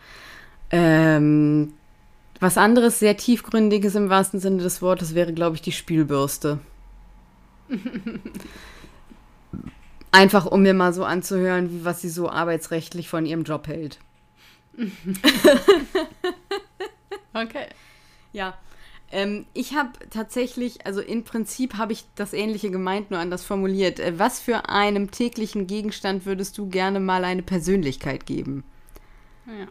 Was anderes, sehr tiefgründiges im wahrsten Sinne des Wortes, wäre, glaube ich, die Spülbürste. Einfach, um mir mal so anzuhören, was sie so arbeitsrechtlich von ihrem Job hält. Okay. Ja. Ich habe tatsächlich, also im Prinzip habe ich das Ähnliche gemeint, nur anders formuliert. Was für einem täglichen Gegenstand würdest du gerne mal eine Persönlichkeit geben? Ja.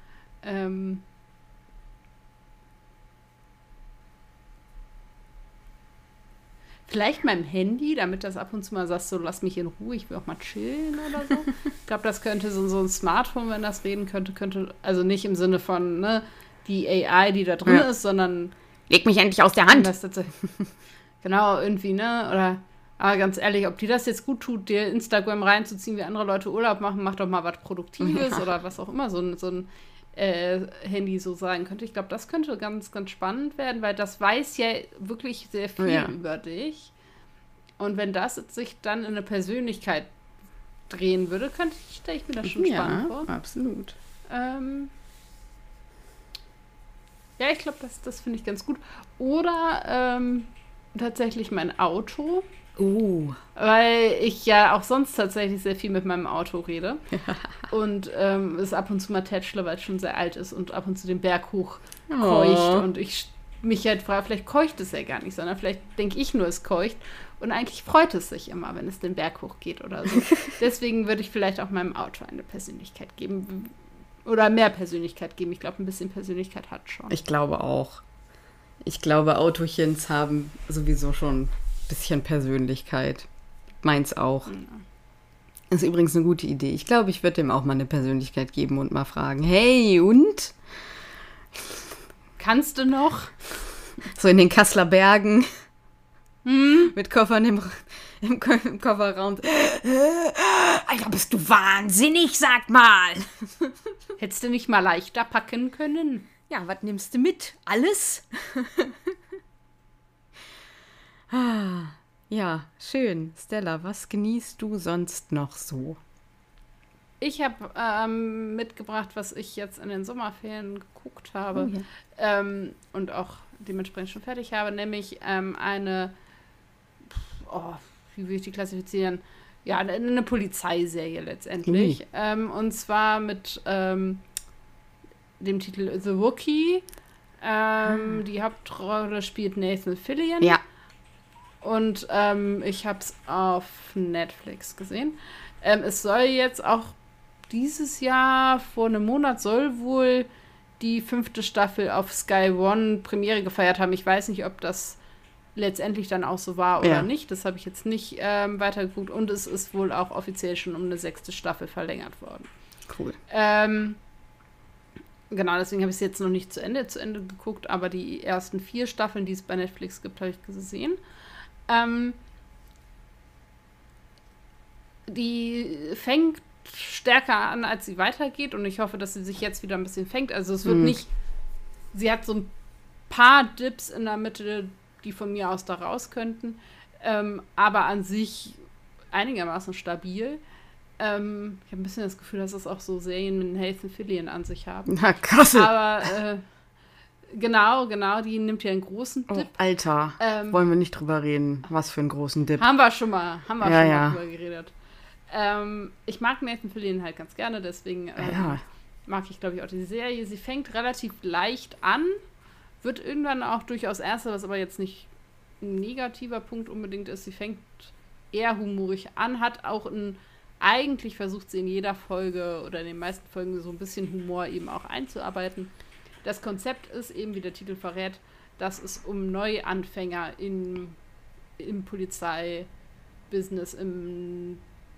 Vielleicht meinem Handy, damit das ab und zu mal sagst, so lass mich in Ruhe, ich will auch mal chillen oder so. Ich glaube, das könnte so ein Smartphone, wenn das reden könnte, also nicht im Sinne von, ne, die AI, die da drin ist, sondern leg mich endlich aus der Hand. Genau, irgendwie, ne, oder aber ganz ehrlich, ob dir das jetzt gut tut, dir Instagram reinzuziehen, wie andere Leute Urlaub machen, mach doch mal was Produktives oder was auch immer, so ein Handy so sagen könnte. Ich glaube, das könnte ganz, ganz spannend werden, weil das weiß ja wirklich sehr viel über dich. Und wenn das sich dann in eine Persönlichkeit drehen würde, stelle ich mir das schon spannend vor. Ja, absolut. Ja, ich glaube, das finde ich ganz gut. Oder tatsächlich mein Auto. Weil ich ja auch sonst tatsächlich sehr viel mit meinem Auto rede. Und es ab und zu mal tätschle, weil es schon sehr alt ist und ab und zu den Berg hoch keucht. Und ich mich halt frage, vielleicht keucht es ja gar nicht, sondern vielleicht denke ich nur, es keucht. Und eigentlich freut es sich immer, wenn es den Berg hoch geht oder so. Deswegen würde ich vielleicht auch meinem Auto eine Persönlichkeit geben. Oder mehr Persönlichkeit geben. Ich glaube, ein bisschen Persönlichkeit hat schon. Ich glaube auch. Ich glaube, Autochens haben sowieso schon bisschen Persönlichkeit. Meins auch. Ja. Ist übrigens eine gute Idee. Ich glaube, ich würde dem auch mal eine Persönlichkeit geben und mal fragen, hey, und? Kannst du noch? So in den Kasseler Bergen. Mit Koffern im Kofferraum. Alter, bist du wahnsinnig, sag mal. Hättest du nicht mal leichter packen können? Ja, was nimmst du mit? Alles? Ja, schön. Stella, was genießt du sonst noch so? Ich habe mitgebracht, was ich jetzt in den Sommerferien geguckt habe und auch dementsprechend schon fertig habe, nämlich eine, wie will ich die klassifizieren? Ja, eine Polizeiserie letztendlich. Und zwar mit dem Titel The Rookie. Die Hauptrolle spielt Nathan Fillion. Ja. Und ich habe es auf Netflix gesehen. Es soll jetzt auch dieses Jahr, vor einem Monat, soll wohl die 5. Staffel auf Sky One Premiere gefeiert haben. Ich weiß nicht, ob das letztendlich dann auch so war oder nicht. Das habe ich jetzt nicht weitergeguckt. Und es ist wohl auch offiziell schon um eine 6. Staffel verlängert worden. Cool. Genau, deswegen habe ich es jetzt noch nicht zu Ende geguckt, aber die ersten 4 Staffeln, die es bei Netflix gibt, habe ich gesehen. Die fängt stärker an, als sie weitergeht, und ich hoffe, dass sie sich jetzt wieder ein bisschen fängt. Also es wird nicht, sie hat so ein paar Dips in der Mitte, die von mir aus da raus könnten, aber an sich einigermaßen stabil. Ich habe ein bisschen das Gefühl, dass es auch so Serien mit Nathan Fillion an sich haben. Na, krass. Aber genau, die nimmt ja einen großen Dip. Oh, Alter, wollen wir nicht drüber reden, was für einen großen Dip. Haben wir schon mal drüber geredet. Ich mag Nathan Fillion halt ganz gerne, deswegen mag ich, glaube ich, auch die Serie. Sie fängt relativ leicht an, wird irgendwann auch durchaus ernster, was aber jetzt nicht ein negativer Punkt unbedingt ist. Sie fängt eher humorig an, hat auch eigentlich versucht sie in jeder Folge oder in den meisten Folgen so ein bisschen Humor eben auch einzuarbeiten. Das Konzept ist eben, wie der Titel verrät, dass es um Neuanfänger im Polizeibusiness im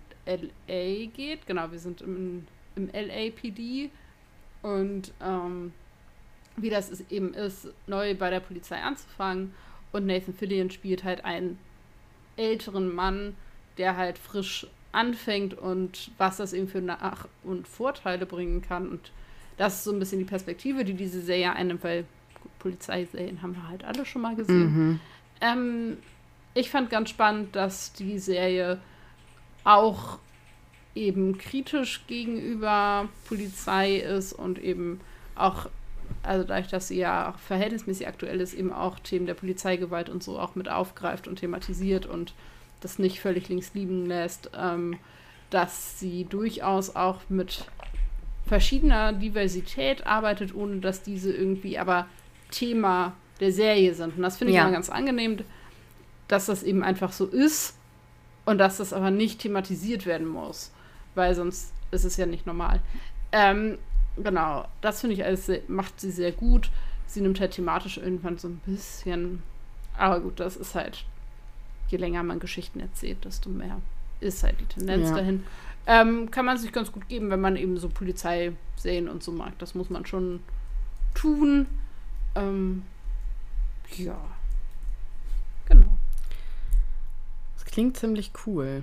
LA geht. Genau, wir sind im LAPD und wie das eben ist, neu bei der Polizei anzufangen. Und Nathan Fillion spielt halt einen älteren Mann, der halt frisch anfängt und was das eben für Nach- und Vorteile bringen kann. Und das ist so ein bisschen die Perspektive, die diese Serie einnimmt, weil Polizeiserien haben wir halt alle schon mal gesehen. Ich fand ganz spannend, dass die Serie auch eben kritisch gegenüber Polizei ist und eben auch, also dadurch, dass sie ja auch verhältnismäßig aktuell ist, eben auch Themen der Polizeigewalt und so auch mit aufgreift und thematisiert und das nicht völlig links liegen lässt, dass sie durchaus auch mit verschiedener Diversität arbeitet, ohne dass diese irgendwie aber Thema der Serie sind. Und das finde ich immer ganz angenehm, dass das eben einfach so ist und dass das aber nicht thematisiert werden muss, weil sonst ist es ja nicht normal. Genau, das finde ich alles macht sie sehr gut. Sie nimmt halt thematisch irgendwann so ein bisschen, aber gut, das ist halt, je länger man Geschichten erzählt, desto mehr ist halt die Tendenz dahin. Kann man sich ganz gut geben, wenn man eben so Polizeiserien und so mag. Das muss man schon tun. Ja. Genau. Das klingt ziemlich cool.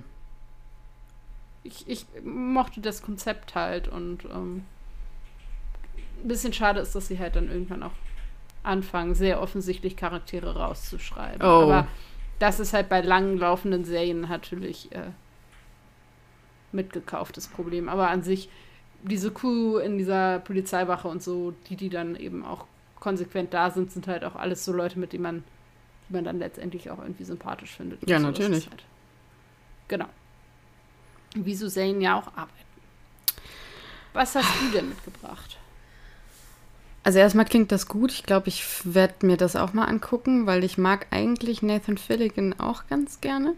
Ich mochte das Konzept halt und ein bisschen schade ist, dass sie halt dann irgendwann auch anfangen, sehr offensichtlich Charaktere rauszuschreiben. Oh. Aber das ist halt bei lang laufenden Serien natürlich mitgekauftes Problem. Aber an sich, diese Crew in dieser Polizeiwache und so, die dann eben auch konsequent da sind, sind halt auch alles so Leute, mit denen man dann letztendlich auch irgendwie sympathisch findet. Ja, so, natürlich. Halt, genau. Wie so Serien ja auch arbeiten. Was hast du denn mitgebracht? Also erstmal klingt das gut. Ich glaube, ich werde mir das auch mal angucken, weil ich mag eigentlich Nathan Fillion auch ganz gerne.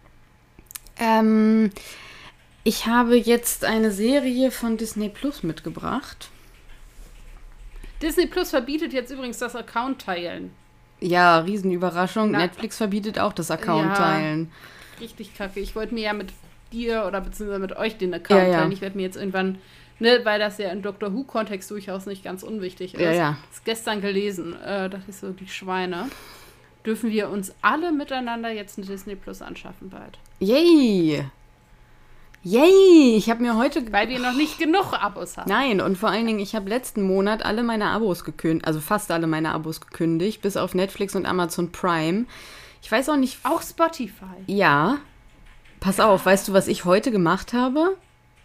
Ich habe jetzt eine Serie von Disney Plus mitgebracht. Disney Plus verbietet jetzt übrigens das Account-Teilen. Ja, Riesenüberraschung. Netflix verbietet auch das Account-Teilen. Ja, richtig kacke. Ich wollte mir ja mit dir oder beziehungsweise mit euch den Account teilen. Ich werde mir jetzt irgendwann, weil das ja im Doctor Who-Kontext durchaus nicht ganz unwichtig ist. Das gestern gelesen. Dachte ich so, die Schweine. Dürfen wir uns alle miteinander jetzt ein Disney Plus anschaffen bald. Yay! Yay! Ich habe mir heute... Weil wir noch nicht genug Abos haben. Nein, und vor allen Dingen, ich habe letzten Monat alle meine Abos gekündigt, also fast alle meine Abos gekündigt, bis auf Netflix und Amazon Prime. Ich weiß auch nicht... Auch Spotify? Ja. Pass auf, weißt du, was ich heute gemacht habe?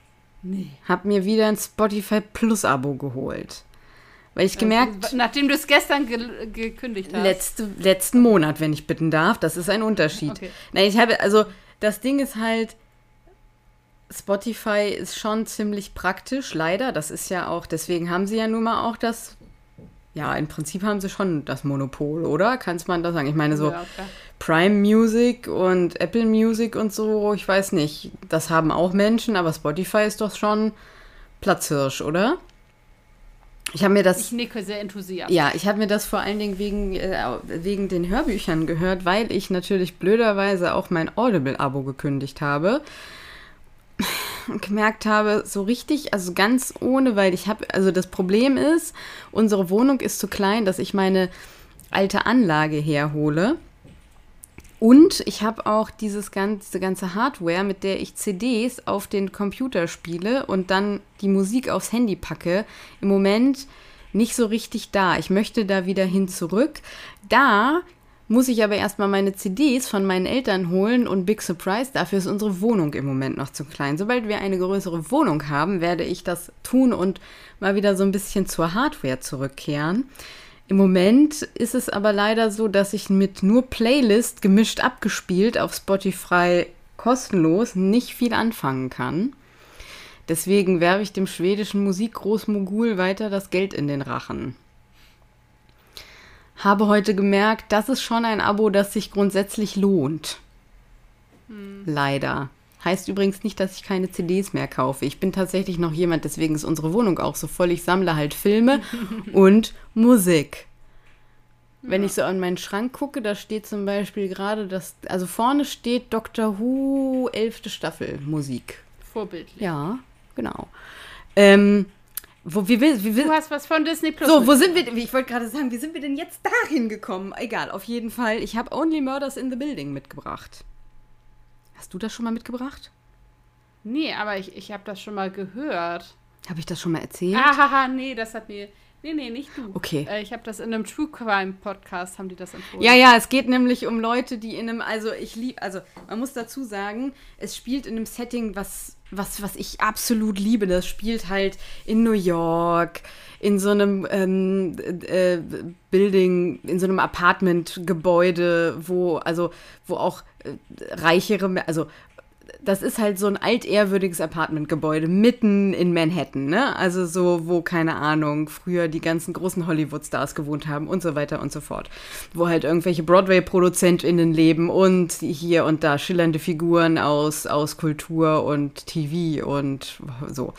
Nee. Hab mir wieder ein Spotify Plus-Abo geholt. Weil ich gemerkt... Nachdem du es gestern gekündigt hast. Letzten Monat, wenn ich bitten darf. Das ist ein Unterschied. Okay. Nein, das Ding ist halt, Spotify ist schon ziemlich praktisch, leider. Das ist ja auch, deswegen haben sie ja nun mal auch das... Ja, im Prinzip haben sie schon das Monopol, oder? Kann man das sagen? Ich meine, so Prime Music und Apple Music und so, ich weiß nicht. Das haben auch Menschen, aber Spotify ist doch schon Platzhirsch, oder? Ich nicke sehr enthusiastisch. Ja, ich habe mir das vor allen Dingen wegen den Hörbüchern gehört, weil ich natürlich blöderweise auch mein Audible-Abo gekündigt habe. Und gemerkt habe, so richtig, also ganz ohne, weil das Problem ist, unsere Wohnung ist zu klein, dass ich meine alte Anlage herhole. Und ich habe auch diese ganze Hardware, mit der ich CDs auf den Computer spiele und dann die Musik aufs Handy packe, im Moment nicht so richtig da. Ich möchte da wieder hin zurück. Da muss ich aber erstmal meine CDs von meinen Eltern holen und Big Surprise, dafür ist unsere Wohnung im Moment noch zu klein. Sobald wir eine größere Wohnung haben, werde ich das tun und mal wieder so ein bisschen zur Hardware zurückkehren. Im Moment ist es aber leider so, dass ich mit nur Playlist gemischt abgespielt auf Spotify kostenlos nicht viel anfangen kann. Deswegen werfe ich dem schwedischen Musikgroßmogul weiter das Geld in den Rachen. Habe heute gemerkt, das ist schon ein Abo, das sich grundsätzlich lohnt. Leider. Heißt übrigens nicht, dass ich keine CDs mehr kaufe. Ich bin tatsächlich noch jemand, deswegen ist unsere Wohnung auch so voll. Ich sammle halt Filme und Musik. Wenn ich so an meinen Schrank gucke, da steht zum Beispiel gerade also vorne steht Doctor Who 11. Staffel Musik. Vorbildlich. Ja, genau. Du hast was von Disney Plus. So, wo sind wir? Ich wollte gerade sagen, wie sind wir denn jetzt dahin gekommen? Egal, auf jeden Fall. Ich habe Only Murders in the Building mitgebracht. Hast du das schon mal mitgebracht? Nee, aber ich habe das schon mal gehört. Habe ich das schon mal erzählt? Nee, das hat mir... Nee, nicht du. Okay. Ich habe das in einem True Crime Podcast, haben die das empfohlen. Ja, es geht nämlich um Leute, die in einem, man muss dazu sagen, es spielt in einem Setting, was ich absolut liebe. Das spielt halt in New York, in so einem Building, in so einem Apartmentgebäude, wo auch reichere, das ist halt so ein altehrwürdiges Apartmentgebäude mitten in Manhattan, ne? Also so, wo, keine Ahnung, früher die ganzen großen Hollywood-Stars gewohnt haben und so weiter und so fort. Wo halt irgendwelche Broadway-ProduzentInnen leben und hier und da schillernde Figuren aus Kultur und TV und so.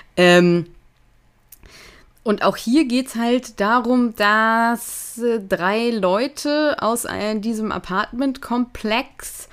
Und auch hier geht's halt darum, dass 3 Leute aus diesem Apartmentkomplex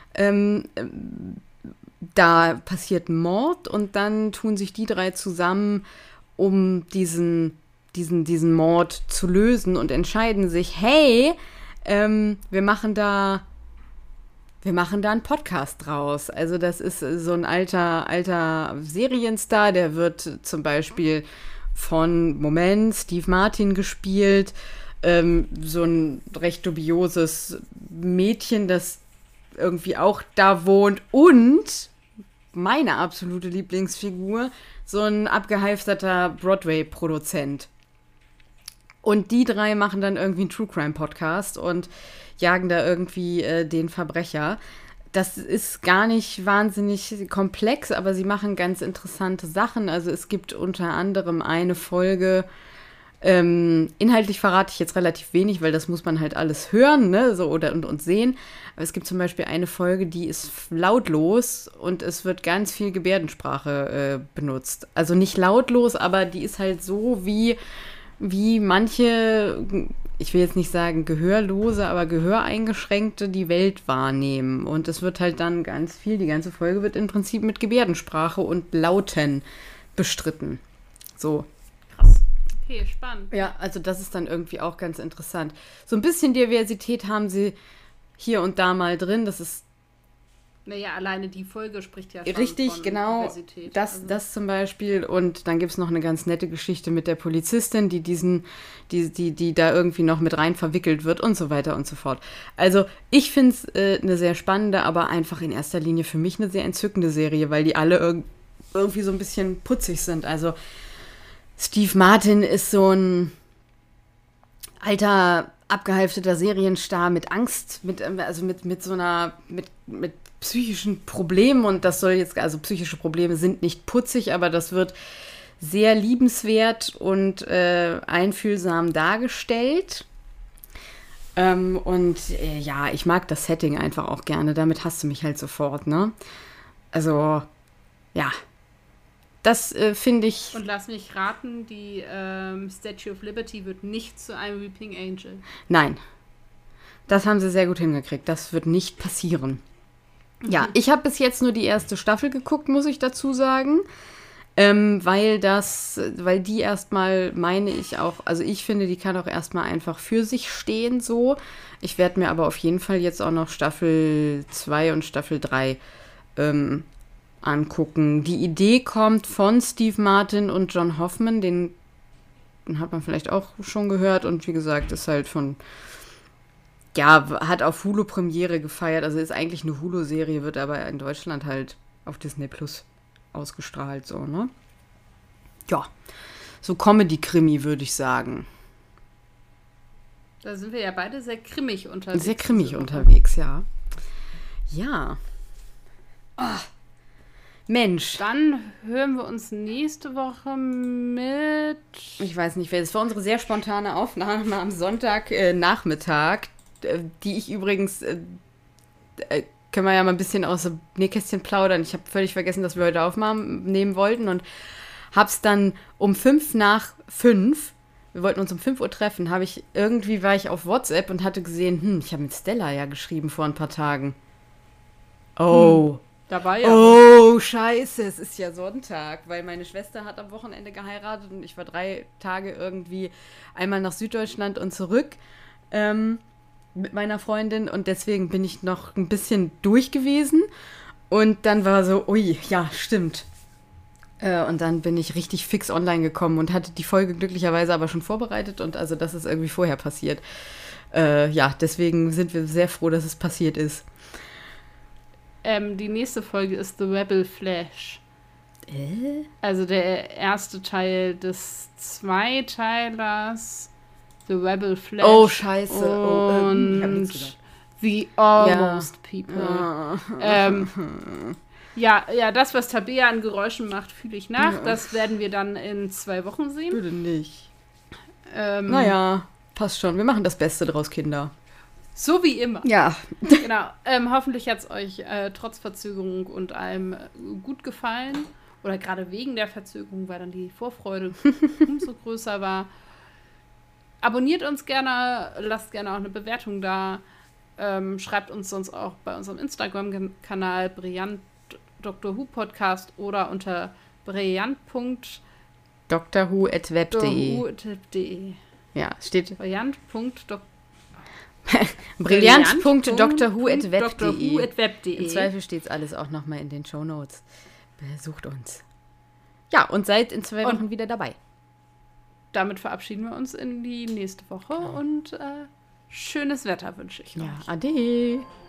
da passiert ein Mord und dann tun sich die 3 zusammen, um diesen Mord zu lösen und entscheiden sich, hey, wir machen da einen Podcast draus. Also das ist so ein alter Serienstar, der wird zum Beispiel von Steve Martin gespielt, so ein recht dubioses Mädchen, das irgendwie auch da wohnt und meine absolute Lieblingsfigur, so ein abgehalfterter Broadway-Produzent. Und die 3 machen dann irgendwie einen True-Crime-Podcast und jagen da irgendwie den Verbrecher. Das ist gar nicht wahnsinnig komplex, aber sie machen ganz interessante Sachen. Also es gibt unter anderem eine Folge, inhaltlich verrate ich jetzt relativ wenig, weil das muss man halt alles hören, ne, so und sehen. Aber es gibt zum Beispiel eine Folge, die ist lautlos und es wird ganz viel Gebärdensprache benutzt. Also nicht lautlos, aber die ist halt so, wie manche, ich will jetzt nicht sagen Gehörlose, aber Gehöreingeschränkte die Welt wahrnehmen. Und es wird halt dann die ganze Folge wird im Prinzip mit Gebärdensprache und Lauten bestritten. So. Okay, spannend. Ja, also das ist dann irgendwie auch ganz interessant. So ein bisschen Diversität haben sie hier und da mal drin. Das ist... Naja, alleine die Folge spricht ja schon richtig, von genau. Diversität. Das zum Beispiel. Und dann gibt es noch eine ganz nette Geschichte mit der Polizistin, die da irgendwie noch mit rein verwickelt wird und so weiter und so fort. Also ich finde es eine sehr spannende, aber einfach in erster Linie für mich eine sehr entzückende Serie, weil die alle irgendwie so ein bisschen putzig sind. Also Steve Martin ist so ein alter, abgehalfteter Serienstar mit Angst, mit psychischen Problemen, und das soll jetzt, also psychische Probleme sind nicht putzig, aber das wird sehr liebenswert und einfühlsam dargestellt. Ja, ich mag das Setting einfach auch gerne, damit hast du mich halt sofort, ne? Also, ja, das finde ich... Und lass mich raten, die Statue of Liberty wird nicht zu einem Weeping Angel. Nein, das haben sie sehr gut hingekriegt, das wird nicht passieren. Ja, ich habe bis jetzt nur die erste Staffel geguckt, muss ich dazu sagen. Weil die erstmal, meine ich auch, also ich finde, die kann auch erstmal einfach für sich stehen so. Ich werde mir aber auf jeden Fall jetzt auch noch Staffel 2 und Staffel 3 angucken. Die Idee kommt von Steve Martin und John Hoffman, den hat man vielleicht auch schon gehört, und wie gesagt, ist halt hat auf Hulu Premiere gefeiert, also ist eigentlich eine Hulu-Serie, wird aber in Deutschland halt auf Disney Plus ausgestrahlt, so, ne? Ja, so Comedy-Krimi, würde ich sagen. Da sind wir ja beide sehr grimmig unterwegs. Sehr grimmig unterwegs, ja. Ja. Oh. Mensch. Dann hören wir uns nächste Woche mit... Ich weiß nicht, das war unsere sehr spontane Aufnahme am Sonntagnachmittag, die ich übrigens... können wir ja mal ein bisschen aus dem Nähkästchen plaudern. Ich habe völlig vergessen, dass wir heute aufnehmen wollten, und hab's dann um 5:05, wir wollten uns um 5 Uhr treffen, war ich auf WhatsApp und hatte gesehen, ich habe mit Stella ja geschrieben vor ein paar Tagen. Oh. Dabei ja. Oh, scheiße, es ist ja Sonntag, weil meine Schwester hat am Wochenende geheiratet und ich war 3 Tage irgendwie einmal nach Süddeutschland und zurück, mit meiner Freundin, und deswegen bin ich noch ein bisschen durch gewesen, und dann war so, ui, ja, stimmt. Und dann bin ich richtig fix online gekommen und hatte die Folge glücklicherweise aber schon vorbereitet, und also das ist irgendwie vorher passiert. Ja, deswegen sind wir sehr froh, dass es passiert ist. Die nächste Folge ist The Rebel Flash. Also der erste Teil des Zweiteilers The Rebel Flash. Oh, scheiße. Und ich hab nichts gesagt. The Almost People. Ja, das, was Tabea an Geräuschen macht, fühle ich nach. Ja. Das werden wir dann in 2 Wochen sehen. Bitte nicht. Naja, passt schon. Wir machen das Beste draus, Kinder. So wie immer. Ja. Genau. Hoffentlich hat es euch trotz Verzögerung und allem gut gefallen. Oder gerade wegen der Verzögerung, weil dann die Vorfreude umso größer war. Abonniert uns gerne, lasst gerne auch eine Bewertung da. Schreibt uns sonst auch bei unserem Instagram-Kanal Brillant Dr. Who Podcast oder unter brillant.drwho@web.de. Ja, steht brillant.drwho@web.de. Im Zweifel steht es alles auch nochmal in den Shownotes. Besucht uns. Ja, und seid in 2 Wochen wieder dabei. Damit verabschieden wir uns in die nächste Woche und schönes Wetter wünsche ich euch. Ja, ade.